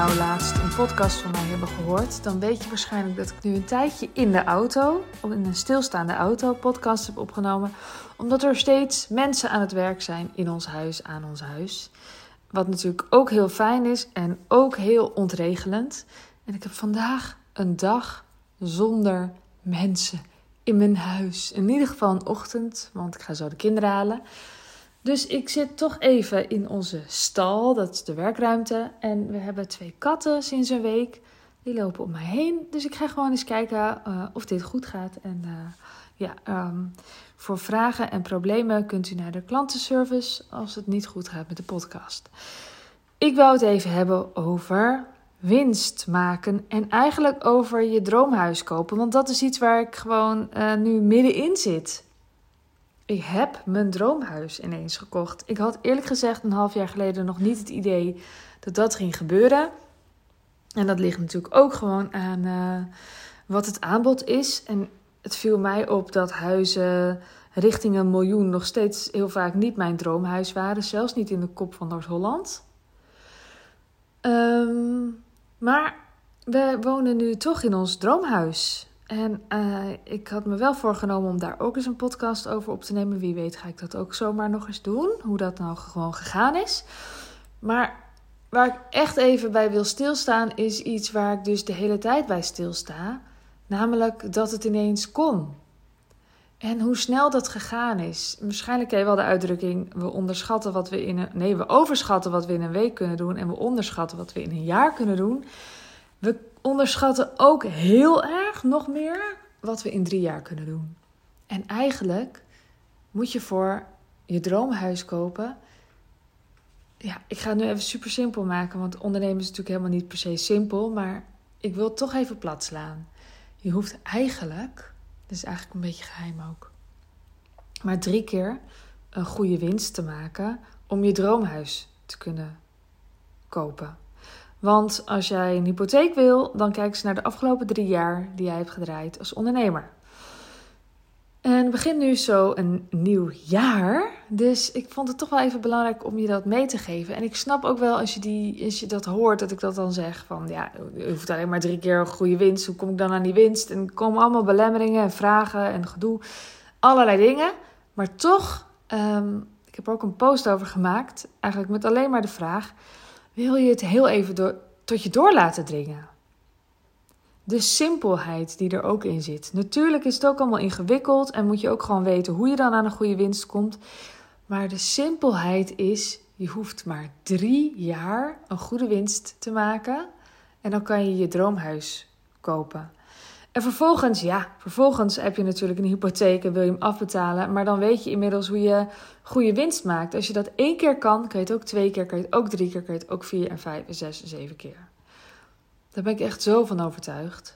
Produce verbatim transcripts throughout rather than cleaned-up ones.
nou laatst een podcast van mij hebben gehoord, dan weet je waarschijnlijk dat ik nu een tijdje in de auto, of in een stilstaande auto, podcast heb opgenomen. Omdat er steeds mensen aan het werk zijn in ons huis, aan ons huis. Wat natuurlijk ook heel fijn is en ook heel ontregelend. En ik heb vandaag een dag zonder mensen in mijn huis. In ieder geval een ochtend, want ik ga zo de kinderen halen. Dus ik zit toch even in onze stal, dat is de werkruimte. En we hebben twee katten sinds een week. Die lopen om mij heen. Dus ik ga gewoon eens kijken uh, of dit goed gaat. En uh, ja, um, voor vragen en problemen kunt u naar de klantenservice als het niet goed gaat met de podcast. Ik wou het even hebben over winst maken en eigenlijk over je droomhuis kopen. Want dat is iets waar ik gewoon uh, nu middenin zit. Ik heb mijn droomhuis ineens gekocht. Ik had eerlijk gezegd een half jaar geleden nog niet het idee dat dat ging gebeuren. En dat ligt natuurlijk ook gewoon aan uh, wat het aanbod is. En het viel mij op dat huizen richting een miljoen nog steeds heel vaak niet mijn droomhuis waren. Zelfs niet in de kop van Noord-Holland. Um, maar we wonen nu toch in ons droomhuis. En uh, ik had me wel voorgenomen om daar ook eens een podcast over op te nemen. Wie weet ga ik dat ook zomaar nog eens doen. Hoe dat nou gewoon gegaan is. Maar waar ik echt even bij wil stilstaan is iets waar ik dus de hele tijd bij stilsta. Namelijk dat het ineens kon. En hoe snel dat gegaan is. Waarschijnlijk ken je wel de uitdrukking. We onderschatten wat we in een... Nee, we overschatten wat we in een week kunnen doen. En we onderschatten wat we in een jaar kunnen doen. We onderschatten ook heel erg nog meer wat we in drie jaar kunnen doen. En eigenlijk moet je voor je droomhuis kopen. Ja, ik ga het nu even super simpel maken. Want ondernemen is natuurlijk helemaal niet per se simpel. Maar ik wil het toch even plat slaan. Je hoeft eigenlijk, dit is eigenlijk een beetje geheim ook, maar drie keer een goede winst te maken om je droomhuis te kunnen kopen. Want als jij een hypotheek wil, dan kijk eens naar de afgelopen drie jaar die jij hebt gedraaid als ondernemer. En het begint nu zo een nieuw jaar. Dus ik vond het toch wel even belangrijk om je dat mee te geven. En ik snap ook wel als je, die, als je dat hoort, dat ik dat dan zeg van ja, je hoeft alleen maar drie keer een goede winst. Hoe kom ik dan aan die winst? En er komen allemaal belemmeringen en vragen en gedoe. Allerlei dingen. Maar toch, um, ik heb er ook een post over gemaakt. Eigenlijk met alleen maar de vraag, wil je het heel even door, tot je door laten dringen? De simpelheid die er ook in zit. Natuurlijk is het ook allemaal ingewikkeld en moet je ook gewoon weten hoe je dan aan een goede winst komt. Maar de simpelheid is, je hoeft maar drie jaar een goede winst te maken en dan kan je je droomhuis kopen. En vervolgens, ja, vervolgens heb je natuurlijk een hypotheek en wil je hem afbetalen. Maar dan weet je inmiddels hoe je goede winst maakt. Als je dat één keer kan, kan je het ook twee keer, kan je het ook drie keer, kan je het ook vier en vijf en zes en zeven keer. Daar ben ik echt zo van overtuigd.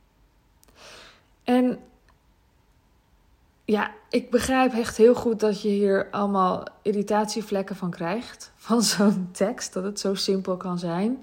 En ja, ik begrijp echt heel goed dat je hier allemaal irritatievlekken van krijgt. Van zo'n tekst, dat het zo simpel kan zijn.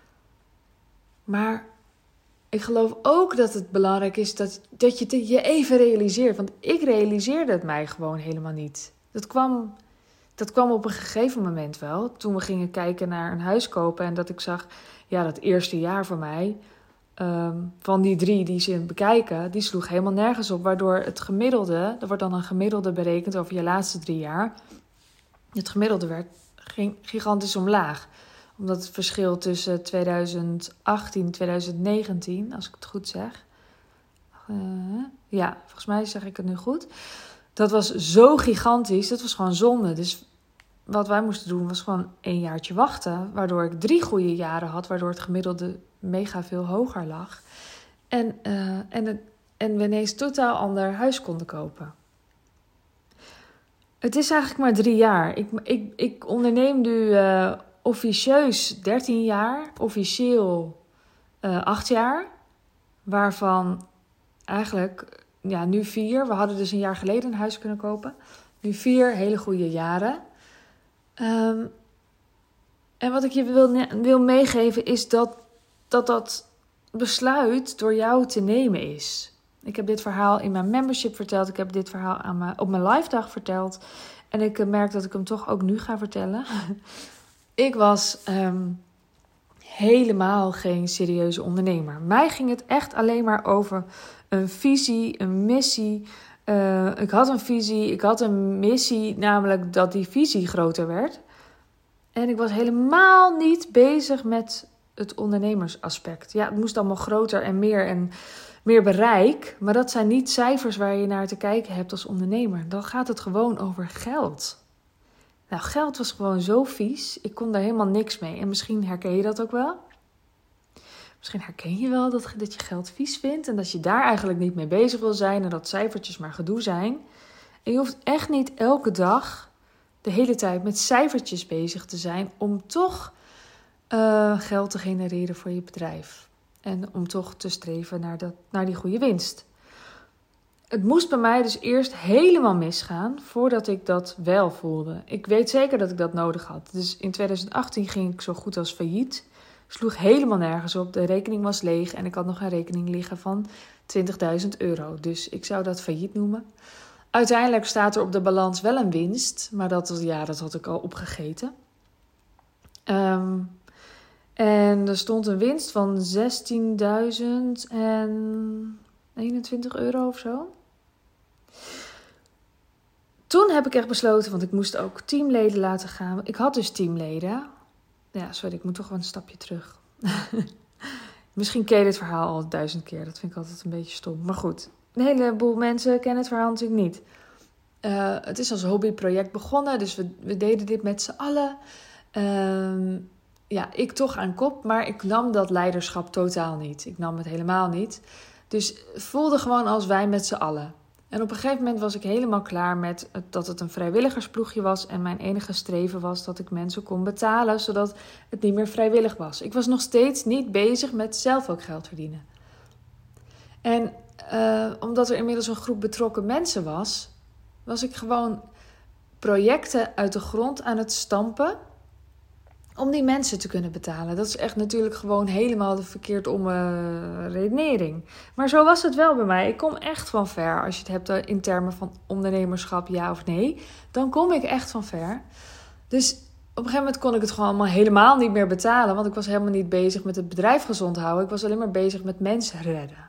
Maar ik geloof ook dat het belangrijk is dat, dat je het je even realiseert. Want ik realiseerde het mij gewoon helemaal niet. Dat kwam, dat kwam op een gegeven moment wel. Toen we gingen kijken naar een huis kopen. En dat ik zag, ja, dat eerste jaar voor mij. Um, van die drie die ze bekijken, die sloeg helemaal nergens op. Waardoor het gemiddelde, er wordt dan een gemiddelde berekend over je laatste drie jaar. Het gemiddelde werd, ging gigantisch omlaag. Omdat het verschil tussen twintig achttien en twintig negentien, als ik het goed zeg. Uh, ja, volgens mij zeg ik het nu goed. Dat was zo gigantisch, dat was gewoon zonde. Dus wat wij moesten doen was gewoon een jaartje wachten. Waardoor ik drie goede jaren had, waardoor het gemiddelde mega veel hoger lag. En, uh, en, het, en we ineens totaal ander huis konden kopen. Het is eigenlijk maar drie jaar. Ik, ik, ik onderneem nu Uh, officieus dertien jaar, officieel uh, acht jaar, waarvan eigenlijk ja, nu vier. We hadden dus een jaar geleden een huis kunnen kopen. Nu vier hele goede jaren. Um, en wat ik je wil, wil meegeven is dat, dat dat besluit door jou te nemen is. Ik heb dit verhaal in mijn membership verteld. Ik heb dit verhaal aan mijn, op mijn live dag verteld. En ik merk dat ik hem toch ook nu ga vertellen. Ik was um, helemaal geen serieuze ondernemer. Mij ging het echt alleen maar over een visie, een missie. Uh, ik had een visie, ik had een missie, namelijk dat die visie groter werd. En ik was helemaal niet bezig met het ondernemersaspect. Ja, het moest allemaal groter en meer en meer bereik. Maar dat zijn niet cijfers waar je naar te kijken hebt als ondernemer. Dan gaat het gewoon over geld. Nou, geld was gewoon zo vies. Ik kon daar helemaal niks mee. En misschien herken je dat ook wel. Misschien herken je wel dat, dat je geld vies vindt. En dat je daar eigenlijk niet mee bezig wil zijn. En dat cijfertjes maar gedoe zijn. En je hoeft echt niet elke dag de hele tijd met cijfertjes bezig te zijn. Om toch uh, geld te genereren voor je bedrijf. En om toch te streven naar, dat, naar die goede winst. Het moest bij mij dus eerst helemaal misgaan voordat ik dat wel voelde. Ik weet zeker dat ik dat nodig had. Dus in twintig achttien ging ik zo goed als failliet. Sloeg helemaal nergens op. De rekening was leeg en ik had nog een rekening liggen van twintigduizend euro. Dus ik zou dat failliet noemen. Uiteindelijk staat er op de balans wel een winst. Maar dat, ja, dat had ik al opgegeten. Um, en er stond een winst van zestienduizend eenentwintig euro of zo. Toen heb ik echt besloten, want ik moest ook teamleden laten gaan. Ik had dus teamleden. Ja, sorry, ik moet toch wel een stapje terug. Misschien ken je dit verhaal al duizend keer. Dat vind ik altijd een beetje stom. Maar goed, een heleboel mensen kennen het verhaal natuurlijk niet. Uh, het is als hobbyproject begonnen. Dus we, we deden dit met z'n allen. Uh, ja, ik toch aan kop. Maar ik nam dat leiderschap totaal niet. Ik nam het helemaal niet. Dus het voelde gewoon als wij met z'n allen. En op een gegeven moment was ik helemaal klaar met dat het een vrijwilligersploegje was. En mijn enige streven was dat ik mensen kon betalen, zodat het niet meer vrijwillig was. Ik was nog steeds niet bezig met zelf ook geld verdienen. En uh, omdat er inmiddels een groep betrokken mensen was, was ik gewoon projecten uit de grond aan het stampen om die mensen te kunnen betalen. Dat is echt natuurlijk gewoon helemaal de verkeerd om uh, redenering. Maar zo was het wel bij mij. Ik kom echt van ver. Als je het hebt in termen van ondernemerschap, ja of nee, dan kom ik echt van ver. Dus op een gegeven moment kon ik het gewoon allemaal helemaal niet meer betalen. Want ik was helemaal niet bezig met het bedrijf gezond houden. Ik was alleen maar bezig met mensen redden.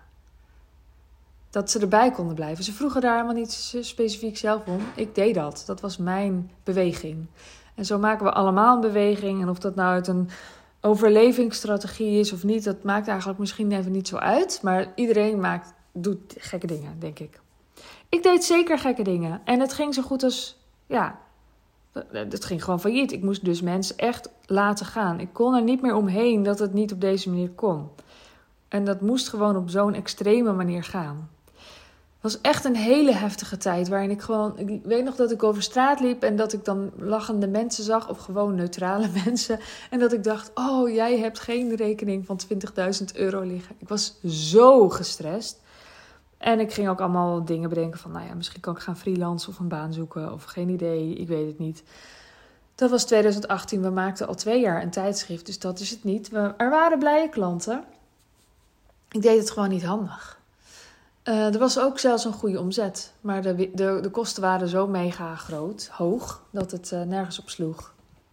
Dat ze erbij konden blijven. Ze vroegen daar helemaal niet specifiek zelf om. Ik deed dat. Dat was mijn beweging. En zo maken we allemaal een beweging. En of dat nou uit een overlevingsstrategie is of niet, dat maakt eigenlijk misschien even niet zo uit. Maar iedereen maakt, doet gekke dingen, denk ik. Ik deed zeker gekke dingen. En het ging zo goed als, ja, het ging gewoon failliet. Ik moest dus mensen echt laten gaan. Ik kon er niet meer omheen dat het niet op deze manier kon. En dat moest gewoon op zo'n extreme manier gaan. Het was echt een hele heftige tijd waarin ik gewoon... Ik weet nog dat ik over straat liep en dat ik dan lachende mensen zag of gewoon neutrale mensen. En dat ik dacht, oh, jij hebt geen rekening van twintigduizend euro liggen. Ik was zo gestrest. En ik ging ook allemaal dingen bedenken van, nou ja, misschien kan ik gaan freelancen of een baan zoeken of geen idee, ik weet het niet. Dat was twintig achttien, we maakten al twee jaar een tijdschrift, dus dat is het niet. We, er waren blije klanten. Ik deed het gewoon niet handig. Uh, er was ook zelfs een goede omzet. Maar de, de, de kosten waren zo mega groot, hoog, dat het uh, nergens op sloeg.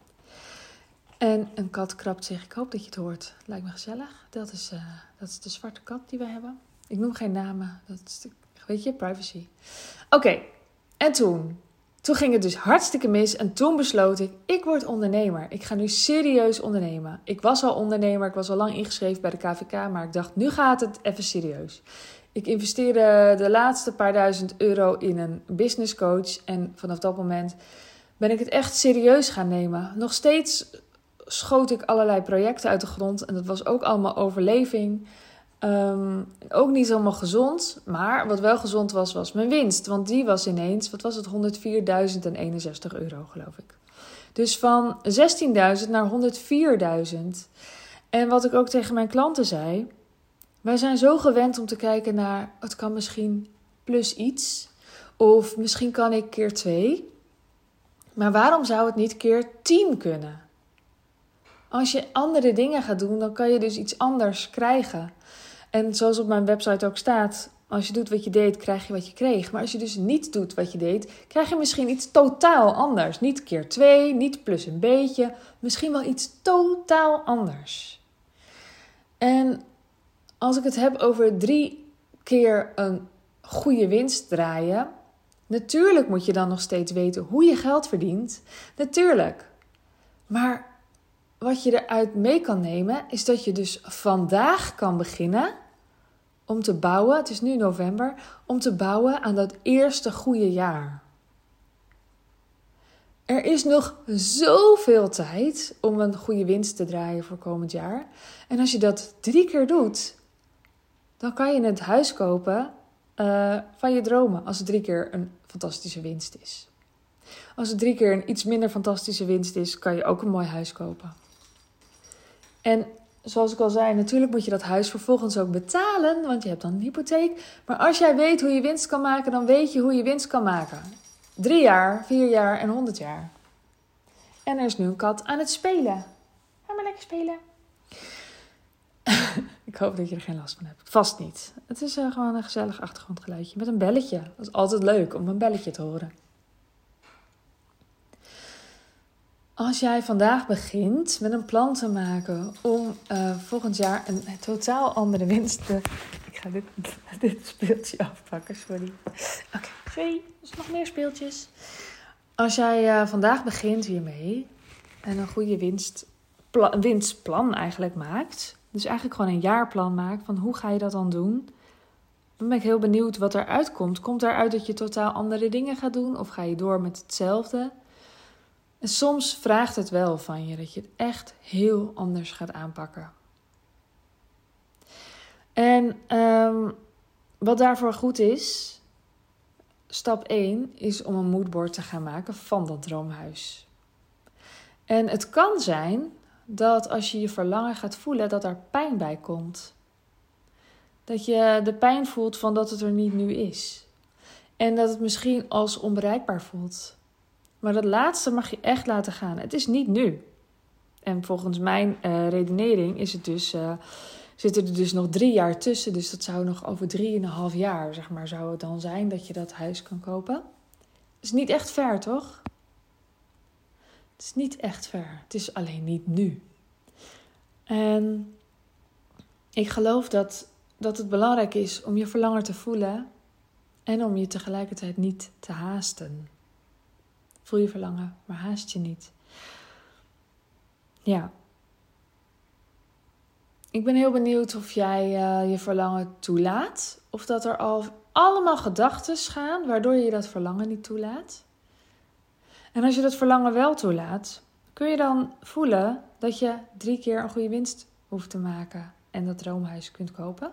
En een kat krabt zich. Ik hoop dat je het hoort. Lijkt me gezellig. Dat is, uh, dat is de zwarte kat die we hebben. Ik noem geen namen. Dat is de, weet je, privacy. Oké, okay. En toen? Toen ging het dus hartstikke mis. En toen besloot ik, ik word ondernemer. Ik ga nu serieus ondernemen. Ik was al ondernemer. Ik was al lang ingeschreven bij de K V K. Maar ik dacht, nu gaat het even serieus. Ik investeerde de laatste paar duizend euro in een business coach. En vanaf dat moment ben ik het echt serieus gaan nemen. Nog steeds schoot ik allerlei projecten uit de grond. En dat was ook allemaal overleving. Um, ook niet helemaal gezond. Maar wat wel gezond was, was mijn winst. Want die was ineens, wat was het, honderdvierduizend eenenzestig euro geloof ik. Dus van zestienduizend naar honderdvierduizend. En wat ik ook tegen mijn klanten zei, wij zijn zo gewend om te kijken naar, het kan misschien plus iets. Of misschien kan ik keer twee. Maar waarom zou het niet keer tien kunnen? Als je andere dingen gaat doen, dan kan je dus iets anders krijgen. En zoals op mijn website ook staat, als je doet wat je deed, krijg je wat je kreeg. Maar als je dus niet doet wat je deed, krijg je misschien iets totaal anders. Niet keer twee, niet plus een beetje, misschien wel iets totaal anders. En als ik het heb over drie keer een goede winst draaien, natuurlijk moet je dan nog steeds weten hoe je geld verdient. Natuurlijk. Maar wat je eruit mee kan nemen, is dat je dus vandaag kan beginnen om te bouwen, het is nu november, om te bouwen aan dat eerste goede jaar. Er is nog zoveel tijd om een goede winst te draaien voor komend jaar. En als je dat drie keer doet, dan kan je het huis kopen uh, van je dromen. Als het drie keer een fantastische winst is. Als het drie keer een iets minder fantastische winst is, kan je ook een mooi huis kopen. En zoals ik al zei, natuurlijk moet je dat huis vervolgens ook betalen, want je hebt dan een hypotheek. Maar als jij weet hoe je winst kan maken, dan weet je hoe je winst kan maken. Drie jaar, vier jaar en honderd jaar. En er is nu een kat aan het spelen. Ga maar lekker spelen. Ik hoop dat je er geen last van hebt. Vast niet. Het is uh, gewoon een gezellig achtergrondgeluidje met een belletje. Dat is altijd leuk om een belletje te horen. Als jij vandaag begint met een plan te maken om uh, volgend jaar een totaal andere winst te... Ik ga dit, dit speeltje afpakken, sorry. Oké, okay, twee. Er zijn nog meer speeltjes. Als jij uh, vandaag begint hiermee en een goede winst, pla, een winstplan eigenlijk maakt... Dus eigenlijk gewoon een jaarplan maakt van hoe ga je dat dan doen. Dan ben ik heel benieuwd wat eruit komt. Komt eruit dat je totaal andere dingen gaat doen? Of ga je door met hetzelfde? En soms vraagt het wel van je dat je het echt heel anders gaat aanpakken. En um, wat daarvoor goed is, stap één is om een moodboard te gaan maken van dat droomhuis. En het kan zijn dat als je je verlangen gaat voelen, dat er pijn bij komt. Dat je de pijn voelt van dat het er niet nu is. En dat het misschien als onbereikbaar voelt. Maar dat laatste mag je echt laten gaan. Het is niet nu. En volgens mijn uh, redenering is het dus, uh, zitten er dus nog drie jaar tussen. Dus dat zou nog over drieënhalf jaar, zeg maar, zou het dan zijn dat je dat huis kan kopen. Het is niet echt ver, toch? Het is niet echt ver. Het is alleen niet nu. En ik geloof dat, dat het belangrijk is om je verlangen te voelen en om je tegelijkertijd niet te haasten. Voel je verlangen, maar haast je niet. Ja. Ik ben heel benieuwd of jij uh, je verlangen toelaat. Of dat er al allemaal gedachten gaan waardoor je dat verlangen niet toelaat. En als je dat verlangen wel toelaat, kun je dan voelen dat je drie keer een goede winst hoeft te maken en dat droomhuis kunt kopen?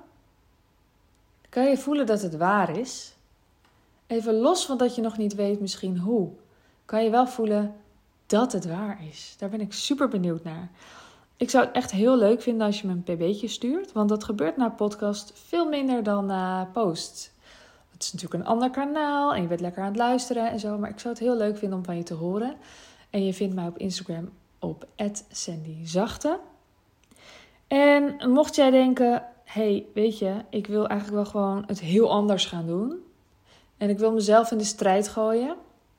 Kan je voelen dat het waar is? Even los van dat je nog niet weet misschien hoe, kan je wel voelen dat het waar is. Daar ben ik super benieuwd naar. Ik zou het echt heel leuk vinden als je me een pb'tje stuurt, want dat gebeurt na podcast veel minder dan na post. Het is natuurlijk een ander kanaal en je bent lekker aan het luisteren en zo, maar ik zou het heel leuk vinden om van je te horen. En je vindt mij op Instagram op at sandy zachte. En mocht jij denken, hey, weet je, ik wil eigenlijk wel gewoon het heel anders gaan doen. En ik wil mezelf in de strijd gooien.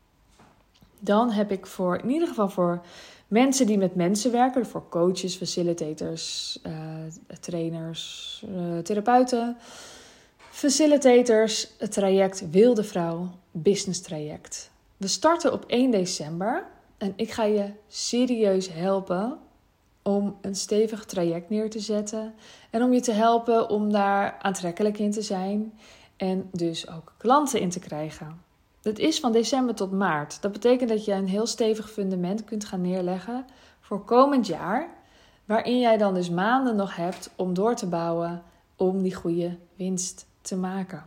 Dan heb ik voor, in ieder geval voor mensen die met mensen werken, voor coaches, facilitators, uh, trainers, uh, therapeuten, facilitators, het traject Wilde Vrouw Business Traject. We starten op één december en ik ga je serieus helpen om een stevig traject neer te zetten en om je te helpen om daar aantrekkelijk in te zijn en dus ook klanten in te krijgen. Het is van december tot maart. Dat betekent dat je een heel stevig fundament kunt gaan neerleggen voor komend jaar, waarin jij dan dus maanden nog hebt om door te bouwen om die goede winst te maken.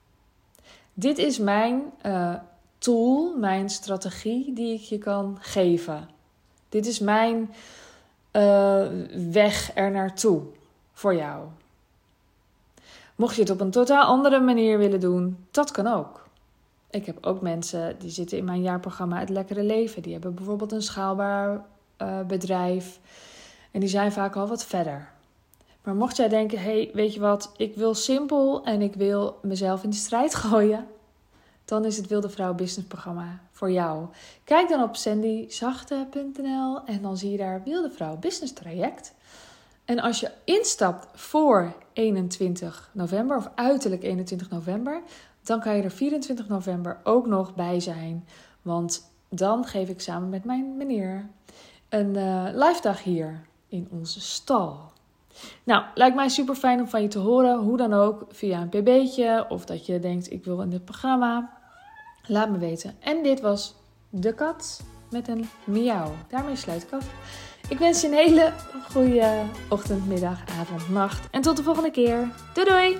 Dit is mijn uh, tool, mijn strategie die ik je kan geven. Dit is mijn uh, weg er naartoe voor jou. Mocht je het op een totaal andere manier willen doen, dat kan ook. Ik heb ook mensen die zitten in mijn jaarprogramma Het Lekkere Leven. Die hebben bijvoorbeeld een schaalbaar uh, bedrijf. En die zijn vaak al wat verder. Maar mocht jij denken, hey, weet je wat, ik wil simpel en ik wil mezelf in de strijd gooien, dan is het Wilde Vrouw Business Programma voor jou. Kijk dan op sandy zachte punt n l en dan zie je daar Wilde Vrouw Business Traject. En als je instapt voor eenentwintig november of uiterlijk eenentwintig november, dan kan je er vierentwintig november ook nog bij zijn. Want dan geef ik samen met mijn meneer een uh, live dag hier in onze stal. Nou, lijkt mij super fijn om van je te horen. Hoe dan ook, via een pb'tje of dat je denkt ik wil in dit programma. Laat me weten. En dit was de kat met een miauw. Daarmee sluit ik af. Ik wens je een hele goede ochtend, middag, avond, nacht. En tot de volgende keer. Doei doei!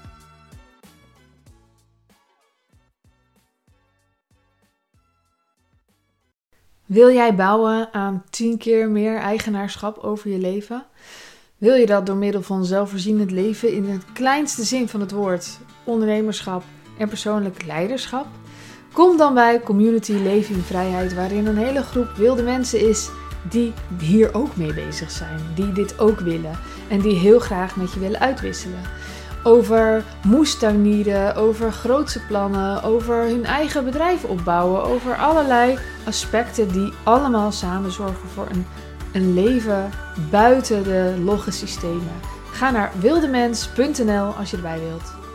Wil jij bouwen aan tien keer meer eigenaarschap over je leven? Wil je dat door middel van zelfvoorzienend leven in de kleinste zin van het woord, ondernemerschap en persoonlijk leiderschap? Kom dan bij Community Leven in Vrijheid, waarin een hele groep wilde mensen is die hier ook mee bezig zijn, die dit ook willen en die heel graag met je willen uitwisselen. Over moestuinieren, over grootse plannen, over hun eigen bedrijf opbouwen, over allerlei aspecten die allemaal samen zorgen voor een, een leven buiten de logge systemen. Ga naar wildemens punt n l als je erbij wilt.